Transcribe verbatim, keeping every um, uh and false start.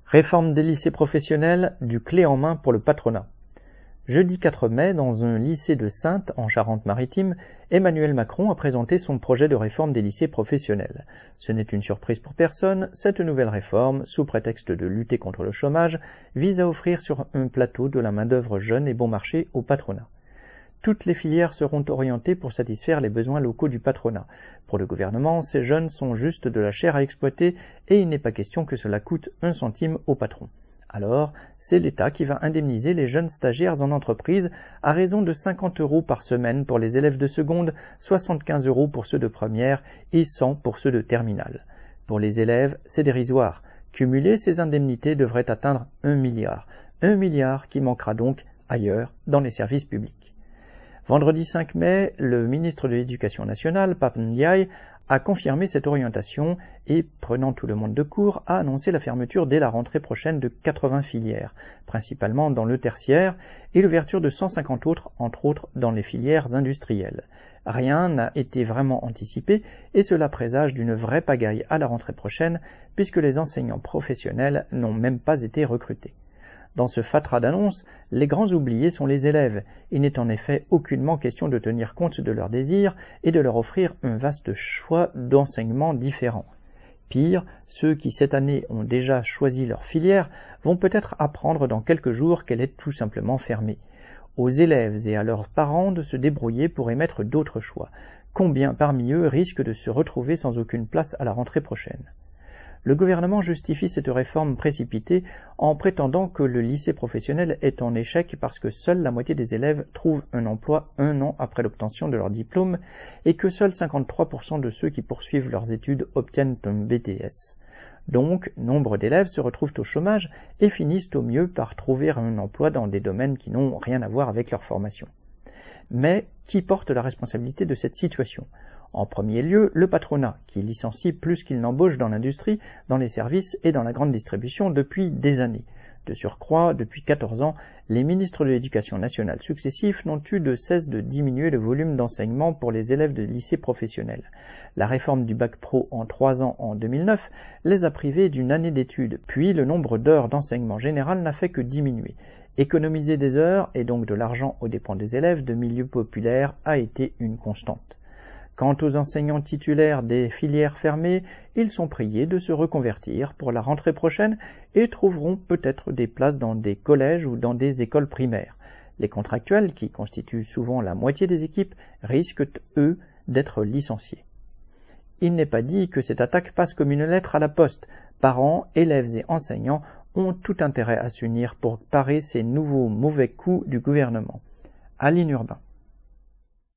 Réforme des lycées professionnels, du clé en main pour le patronat. Jeudi quatre mai, dans un lycée de Saintes, en Charente-Maritime, Emmanuel Macron a présenté son projet de réforme des lycées professionnels. Ce n'est une surprise pour personne, cette nouvelle réforme, sous prétexte de lutter contre le chômage, vise à offrir sur un plateau de la main-d'œuvre jeune et bon marché au patronat. Toutes les filières seront orientées pour satisfaire les besoins locaux du patronat. Pour le gouvernement, ces jeunes sont juste de la chair à exploiter et il n'est pas question que cela coûte un centime au patron. Alors, c'est l'État qui va indemniser les jeunes stagiaires en entreprise à raison de cinquante euros par semaine pour les élèves de seconde, soixante-quinze euros pour ceux de première et cent pour ceux de terminale. Pour les élèves, c'est dérisoire. Cumulées, ces indemnités devraient atteindre un milliard. Un milliard qui manquera donc ailleurs dans les services publics. Vendredi cinq mai, le ministre de l'Éducation nationale, Pap Ndiaye, a confirmé cette orientation et, prenant tout le monde de court, a annoncé la fermeture dès la rentrée prochaine de quatre-vingts filières, principalement dans le tertiaire, et l'ouverture de cent cinquante autres, entre autres dans les filières industrielles. Rien n'a été vraiment anticipé et cela présage d'une vraie pagaille à la rentrée prochaine, puisque les enseignants professionnels n'ont même pas été recrutés. Dans ce fatras d'annonces, les grands oubliés sont les élèves. Il n'est en effet aucunement question de tenir compte de leurs désirs et de leur offrir un vaste choix d'enseignements différents. Pire, ceux qui cette année ont déjà choisi leur filière vont peut-être apprendre dans quelques jours qu'elle est tout simplement fermée. Aux élèves et à leurs parents de se débrouiller pour émettre d'autres choix. Combien parmi eux risquent de se retrouver sans aucune place à la rentrée prochaine ? Le gouvernement justifie cette réforme précipitée en prétendant que le lycée professionnel est en échec parce que seule la moitié des élèves trouvent un emploi un an après l'obtention de leur diplôme et que seuls cinquante-trois pour cent de ceux qui poursuivent leurs études obtiennent un B T S. Donc, nombre d'élèves se retrouvent au chômage et finissent au mieux par trouver un emploi dans des domaines qui n'ont rien à voir avec leur formation. Mais qui porte la responsabilité de cette situation ? En premier lieu, le patronat, qui licencie plus qu'il n'embauche dans l'industrie, dans les services et dans la grande distribution depuis des années. De surcroît, depuis quatorze ans, les ministres de l'Éducation nationale successifs n'ont eu de cesse de diminuer le volume d'enseignement pour les élèves de lycées professionnels. La réforme du bac pro en trois ans en deux mille neuf les a privés d'une année d'études, puis le nombre d'heures d'enseignement général n'a fait que diminuer. Économiser des heures, et donc de l'argent aux dépens des élèves de milieux populaires, a été une constante. Quant aux enseignants titulaires des filières fermées, ils sont priés de se reconvertir pour la rentrée prochaine et trouveront peut-être des places dans des collèges ou dans des écoles primaires. Les contractuels, qui constituent souvent la moitié des équipes, risquent, eux, d'être licenciés. Il n'est pas dit que cette attaque passe comme une lettre à la poste. Parents, élèves et enseignants ont tout intérêt à s'unir pour parer ces nouveaux mauvais coups du gouvernement. Aline Urbain.